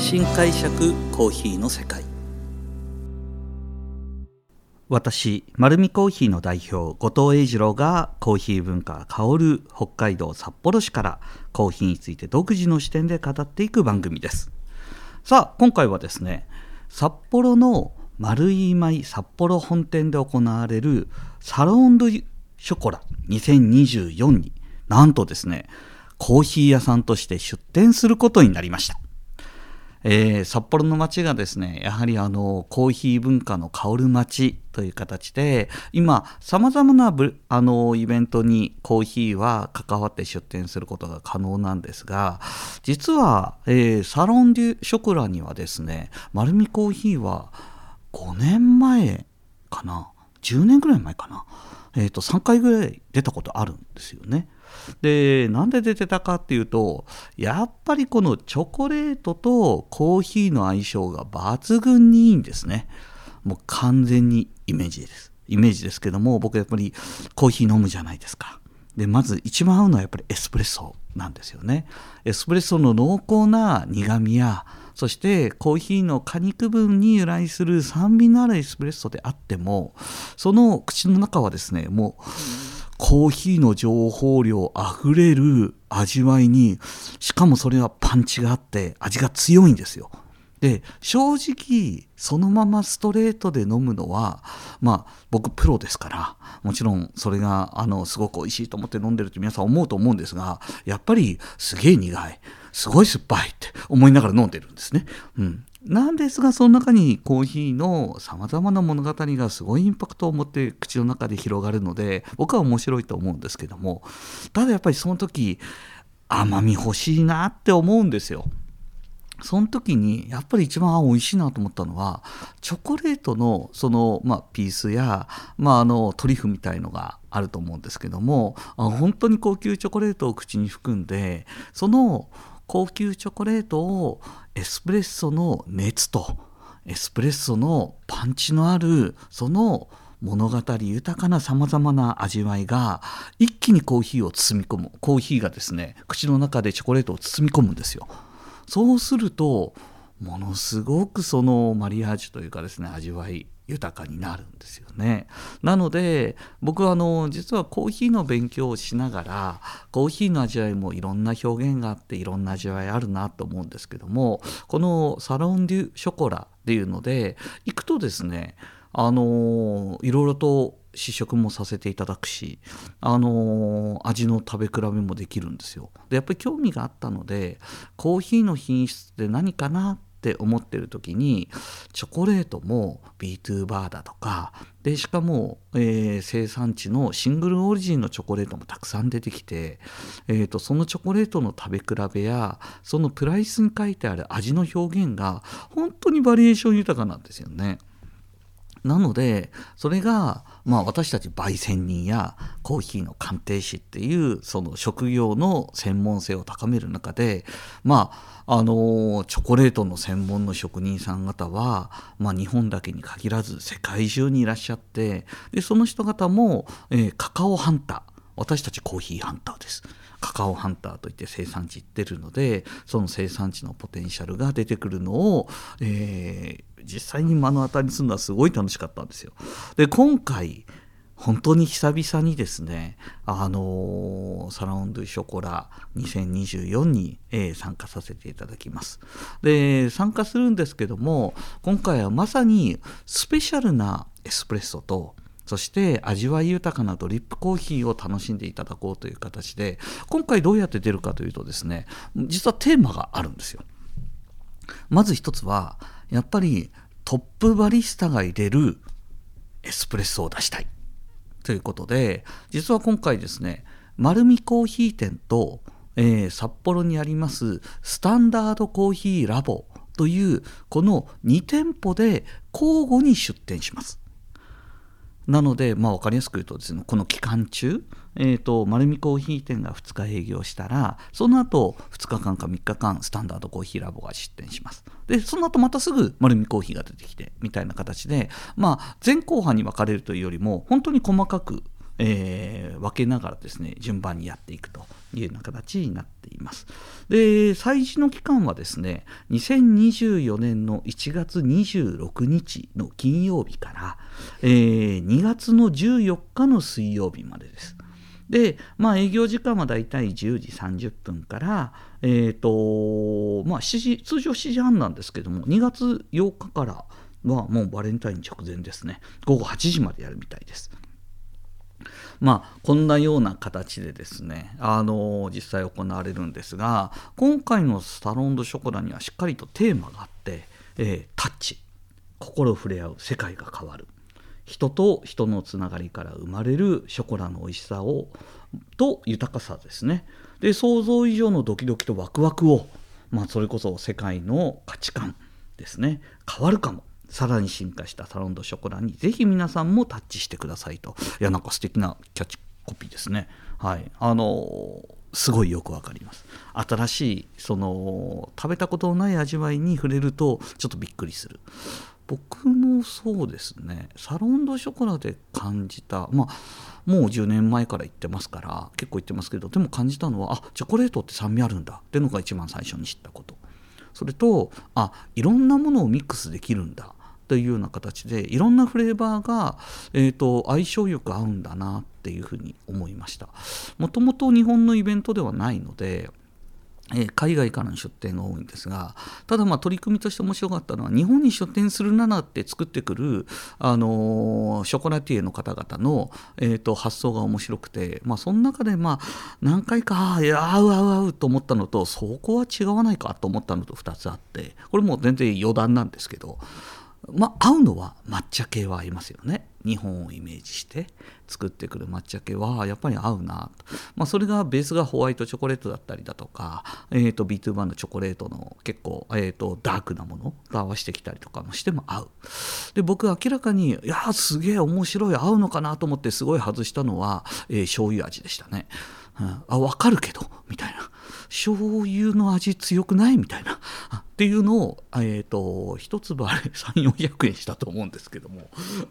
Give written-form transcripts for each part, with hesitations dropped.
新解釈コーヒーの世界。私丸見コーヒーの代表後藤英二郎がコーヒー文化香る北海道札幌市からコーヒーについて独自の視点で語っていく番組です。さあ今回はですね、札幌の丸い米札幌本店で行われるサロン・ドゥ・ショコラ2024になんとですね、コーヒー屋さんとして出店することになりました。札幌の街がですね、やはりコーヒー文化の香る街という形で今さまざまなイベントにコーヒーは関わって出店することが可能なんですが、実は、サロン・デュ・ショコラにはですね、丸見コーヒーは5年前かな、10年ぐらい前かな、3回ぐらい出たことあるんですよね。で、なんで出てたかっていうと、やっぱりこのチョコレートとコーヒーの相性が抜群にいいんですね。もう完全にイメージですけども、僕やっぱりコーヒー飲むじゃないですか。でまず一番合うのはやっぱりエスプレッソなんですよね。エスプレッソの濃厚な苦みや、そしてコーヒーの果肉分に由来する酸味のあるエスプレッソであっても、その口の中はですね、もうコーヒーの情報量あふれる味わいに、しかもそれはパンチがあって味が強いんですよ。で、正直そのままストレートで飲むのは、僕プロですから、もちろんそれがすごく美味しいと思って飲んでるって皆さん思うと思うんですが、やっぱりすげえ苦い、すごい酸っぱいって思いながら飲んでるんですね。なんですが、その中にコーヒーのさまざまな物語がすごいインパクトを持って口の中で広がるので、僕は面白いと思うんですけども、ただやっぱりその時甘み欲しいなって思うんですよ。その時にやっぱり一番美味しいなと思ったのは、チョコレートのその、ピースや、トリュフみたいのがあると思うんですけども、本当に高級チョコレートを口に含んで、その高級チョコレートをエスプレッソの熱とエスプレッソのパンチのあるその物語豊かなさまざまな味わいが一気にコーヒーを包み込む。コーヒーがですね、口の中でチョコレートを包み込むんですよ。そうするとものすごくそのマリアージュというかですね、味わい豊かになるんですよね。なので僕は実はコーヒーの勉強をしながら、コーヒーの味わいもいろんな表現があっていろんな味わいあるなと思うんですけども、このサロン・デュ・ショコラっていうので行くとですね、いろいろと試食もさせていただくし、味の食べ比べもできるんですよ。でやっぱり興味があったので、コーヒーの品質って何かなって思ってる時に、チョコレートも B2 バーだとかで、しかも、生産地のシングルオリジンのチョコレートもたくさん出てきて、そのチョコレートの食べ比べやそのプライスに書いてある味の表現が本当にバリエーション豊かなんですよね。なのでそれが、私たち焙煎人やコーヒーの鑑定士っていうその職業の専門性を高める中で、チョコレートの専門の職人さん方は、日本だけに限らず世界中にいらっしゃって、でその人方も、カカオハンター、私たちコーヒーハンターです。カカオハンターといって生産地行ってるので、その生産地のポテンシャルが出てくるのを、実際に目の当たりにするのはすごい楽しかったんですよ。で今回本当に久々にですね、サロン・ドゥ・ショコラ2024に、参加させていただきます。で参加するんですけども、今回はまさにスペシャルなエスプレッソと、そして味わい豊かなドリップコーヒーを楽しんでいただこうという形で、今回どうやって出るかというとですね、実はテーマがあるんですよ。まず一つはやっぱりトップバリスタが入れるエスプレッソを出したいということで、実は今回ですね、丸見コーヒー店と、札幌にありますスタンダードコーヒーラボというこの2店舗で交互に出店します。なので、分かりやすく言うとですね、この期間中、丸見コーヒー店が2日営業したら、その後2日間か3日間スタンダードコーヒーラボが出店します。でその後またすぐ丸見コーヒーが出てきてみたいな形で、前後半に分かれるというよりも本当に細かく、 分けながらですね順番にやっていくというような形になっています。で、催事の期間はですね2024年の1月26日の金曜日から、2月の14日の水曜日までです。で、営業時間はだいたい10時30分から、7時、通常7時半なんですけども、2月8日からはもうバレンタイン直前ですね、午後8時までやるみたいです。こんなような形でですね、実際行われるんですが、今回のサロン・ド・ショコラにはしっかりとテーマがあって、タッチ、心触れ合う世界が変わる、人と人のつながりから生まれるショコラの美味しさと豊かさですね。で、想像以上のドキドキとワクワクを、それこそ世界の価値観ですね、変わるかも、さらに進化したサロン・ド・ショコラにぜひ皆さんもタッチしてくださいと。いや、なんか素敵なキャッチコピーですね。はい、すごいよくわかります。新しい食べたことのない味わいに触れるとちょっとびっくりする。僕もそうですね、サロン・ド・ショコラで感じた、もう10年前から行ってますから結構行ってますけど、でも感じたのは、チョコレートって酸味あるんだっていうのが一番最初に知ったこと。それと、いろんなものをミックスできるんだというような形で、いろんなフレーバーが、相性よく合うんだなっていうふうに思いました。もともと日本のイベントではないので、海外からの出店が多いんですが、ただ取り組みとして面白かったのは、日本に出店するならって作ってくる、ショコラティエの方々の、発想が面白くて、その中で何回か合うと思ったのと、そこは違わないかと思ったのと2つあって、これも全然余談なんですけど、合うのは抹茶系は合いますよね。日本をイメージして作ってくる抹茶系はやっぱり合うなと。それがベースがホワイトチョコレートだったりだとか、B2 のチョコレートの結構、ダークなものと合わせてきたりとかもしても合う。で、僕明らかにすげえ面白い、合うのかなと思ってすごい外したのは、醤油味でしたね。分かるけどみたいな、醤油の味強くないみたいなっていうのを、一粒あれ3、400円したと思うんですけども、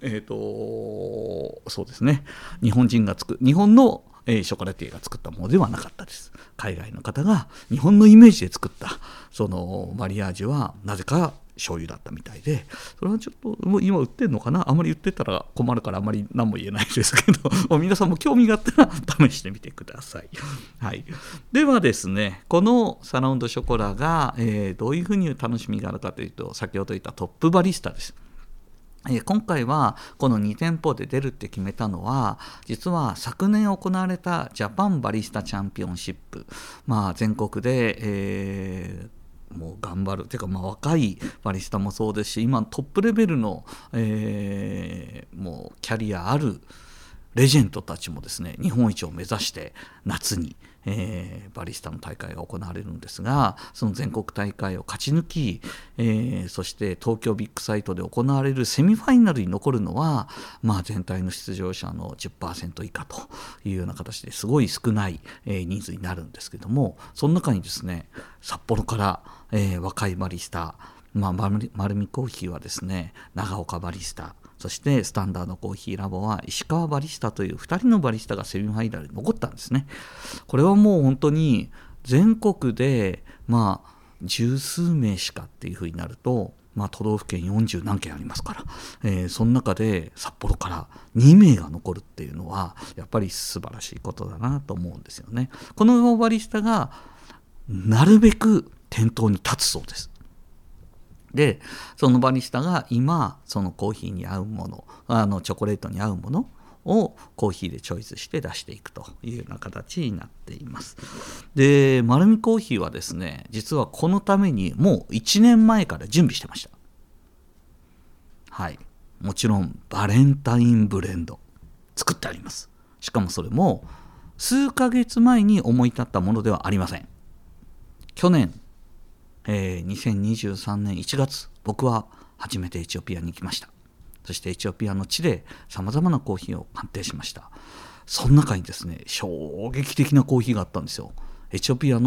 そうですね、日本のショコラティエが作ったものではなかったです。海外の方が日本のイメージで作ったそのマリアージュはなぜか醤油だったみたいで、それはちょっともう今売ってるのかな、あまり売ってたら困るからあまり何も言えないですけど皆さんも興味があったら試してみてください。はい、ではですね、このサロン・ド・ショコラが、どういうふうに楽しみがあるかというと、先ほど言ったトップバリスタです。今回はこの2店舗で出るって決めたのは、実は昨年行われたジャパンバリスタチャンピオンシップ、全国で、もう頑張るというか、若いバリスタもそうですし、今トップレベルの、もうキャリアあるレジェンドたちもですね、日本一を目指して夏に、バリスタの大会が行われるんですが、その全国大会を勝ち抜き、そして東京ビッグサイトで行われるセミファイナルに残るのは、全体の出場者の 10% 以下というような形ですごい少ない、人数になるんですけども、その中にですね、札幌から、若いバリスタ、丸見コーヒーはですね、長岡バリスタ、そしてスタンダードコーヒーラボは石川バリスタという2人のバリスタがセミファイナルに残ったんですね。これはもう本当に全国で十数名しかっていうふうになると、都道府県40何県ありますから、その中で札幌から2名が残るっていうのはやっぱり素晴らしいことだなと思うんですよね。このバリスタがなるべく店頭に立つそうです。で、そのバリスタが今そのコーヒーに合うもの、チョコレートに合うものをコーヒーでチョイスして出していくというような形になっています。で、丸見コーヒーはですね、実はこのためにもう1年前から準備してました。はい、もちろんバレンタインブレンド作ってあります。しかもそれも数ヶ月前に思い立ったものではありません。去年2023年1月、僕は初めてエチオピアに行きました。そしてエチオピアの地でさまざまなコーヒーを鑑定しました。その中にですね、衝撃的なコーヒーがあったんですよ。エチオピアの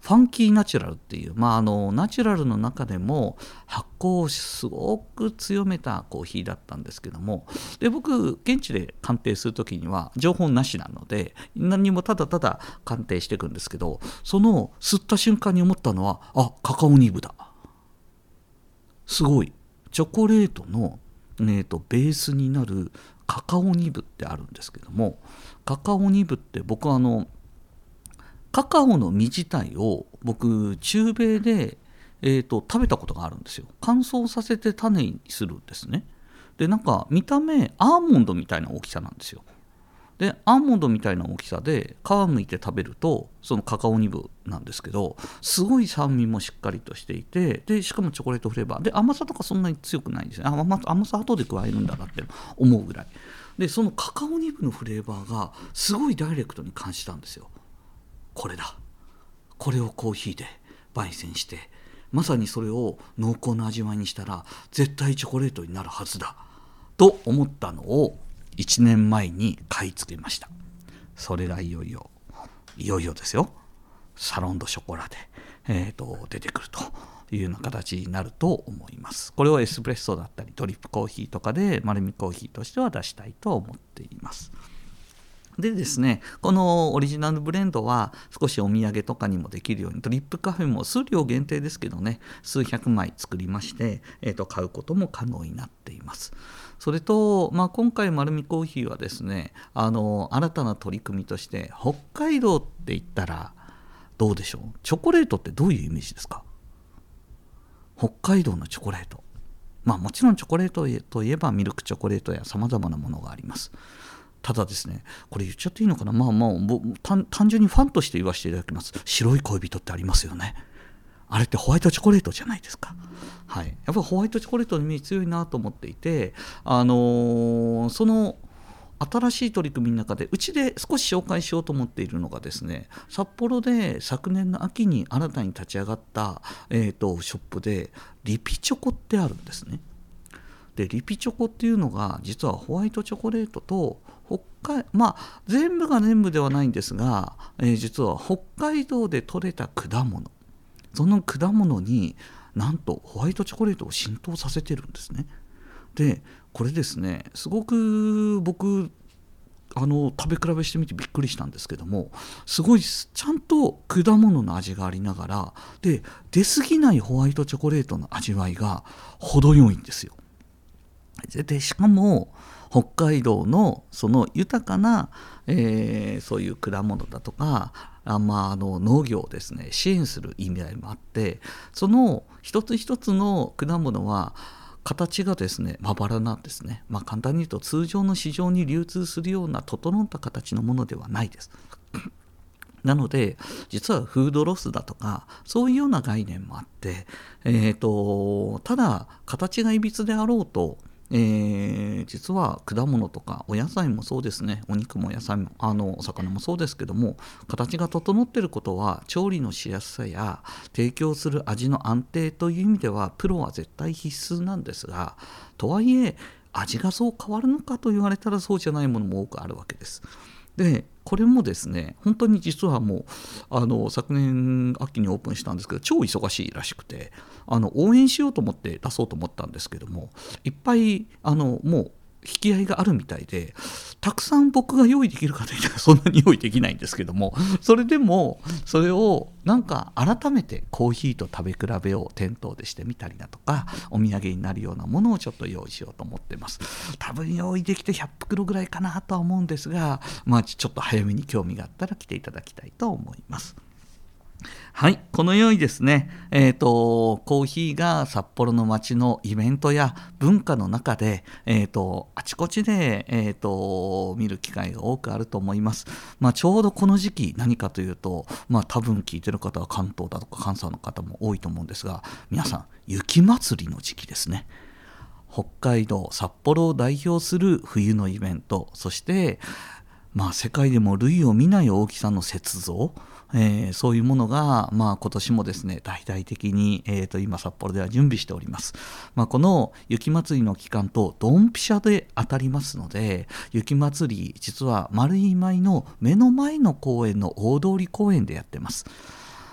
ファンキーナチュラルっていう、ナチュラルの中でも発酵をすごく強めたコーヒーだったんですけども、で僕現地で鑑定するときには情報なしなので何にもただただ鑑定していくんですけど、その吸った瞬間に思ったのは、カカオニブだ、すごいチョコレートの、ベースになるカカオニブってあるんですけども、カカオニブって僕カカオの実自体を僕中米で、食べたことがあるんですよ。乾燥させて種にするんですね。でなんか見た目アーモンドみたいな大きさなんですよ。でアーモンドみたいな大きさで皮むいて食べるとそのカカオニブなんですけど、すごい酸味もしっかりとしていて、でしかもチョコレートフレーバーで甘さとかそんなに強くないんですね。甘さ後で加えるんだなって思うぐらいで、そのカカオニブのフレーバーがすごいダイレクトに感じたんですよ。これだ、これをコーヒーで焙煎してまさにそれを濃厚な味わいにしたら絶対チョコレートになるはずだと思ったのを1年前に買い付けました。それがいよいよですよ、サロンドショコラで、出てくるというような形になると思います。これをエスプレッソだったりドリップコーヒーとかで丸みコーヒーとしては出したいと思っています。でですね、このオリジナルブレンドは少しお土産とかにもできるようにドリップカフェも数量限定ですけどね、数百枚作りまして、買うことも可能になっています。それと、今回丸みコーヒーはですね、新たな取り組みとして北海道って言ったらどうでしょう。チョコレートってどういうイメージですか。北海道のチョコレート、もちろんチョコレートといえばミルクチョコレートやさまざまなものがあります。ただですね、これ言っちゃっていいのかな、単純にファンとして言わせていただきます。白い恋人ってありますよね。あれってホワイトチョコレートじゃないですか。やっぱりホワイトチョコレートのイメージ強いなと思っていて、その新しい取り組みの中でうちで少し紹介しようと思っているのがですね、札幌で昨年の秋に新たに立ち上がった、ショップでリピチョコってあるんですね。でリピチョコっていうのが実はホワイトチョコレートと全部が全部ではないんですが、実は北海道で採れた果物、その果物になんとホワイトチョコレートを浸透させてるんですね。でこれですね、すごく僕食べ比べしてみてびっくりしたんですけども、すごいちゃんと果物の味がありながらで出過ぎないホワイトチョコレートの味わいが程よいんですよ。でしかも北海道のその豊かな、そういう果物だとか農業をですね支援する意味合いもあって、その一つ一つの果物は形がですねまばらなんですね。簡単に言うと通常の市場に流通するような整った形のものではないですなので実はフードロスだとかそういうような概念もあって、ただ形がいびつであろうと、実は果物とかお野菜もそうですね、お肉も野菜もお魚もそうですけども、形が整っていることは調理のしやすさや提供する味の安定という意味ではプロは絶対必須なんですが、とはいえ味がそう変わるのかと言われたらそうじゃないものも多くあるわけです。でこれもですね本当に実はもう昨年秋にオープンしたんですけど超忙しいらしくて応援しようと思って出そうと思ったんですけども、いっぱいもう引き合いがあるみたいで、たくさん僕が用意できるかといったらそんなに用意できないんですけども、それでもそれをなんか改めてコーヒーと食べ比べを店頭でしてみたりだとか、お土産になるようなものをちょっと用意しようと思ってます。多分用意できて100袋ぐらいかなとは思うんですが、ちょっと早めに興味があったら来ていただきたいと思います。はい、このようにですね、コーヒーが札幌の街のイベントや文化の中で、あちこちで、見る機会が多くあると思います。ちょうどこの時期何かというと、多分聞いてる方は関東だとか関西の方も多いと思うんですが、皆さん雪祭りの時期ですね。北海道札幌を代表する冬のイベント、そして世界でも類を見ない大きさの雪像、そういうものが、今年もですね大々的に、今札幌では準備しております。この雪まつりの期間とドンピシャで当たりますので、雪まつり実は丸井舞の目の前の公園の大通公園でやってます。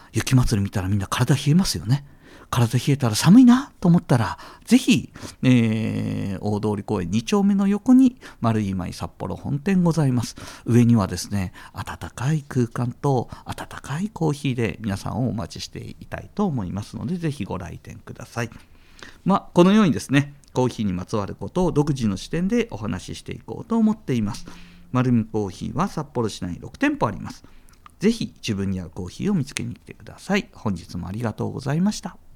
雪まつり見たらみんな体冷えますよね。体冷えたら寒いなと思ったら、ぜひ、大通公園2丁目の横に丸い舞札幌本店ございます。上にはですね、暖かい空間と温かいコーヒーで皆さんをお待ちしていたいと思いますので、ぜひご来店ください。このようにですね、コーヒーにまつわることを独自の視点でお話ししていこうと思っています。丸見コーヒーは札幌市内6店舗あります。ぜひ自分に合うコーヒーを見つけに来てください。本日もありがとうございました。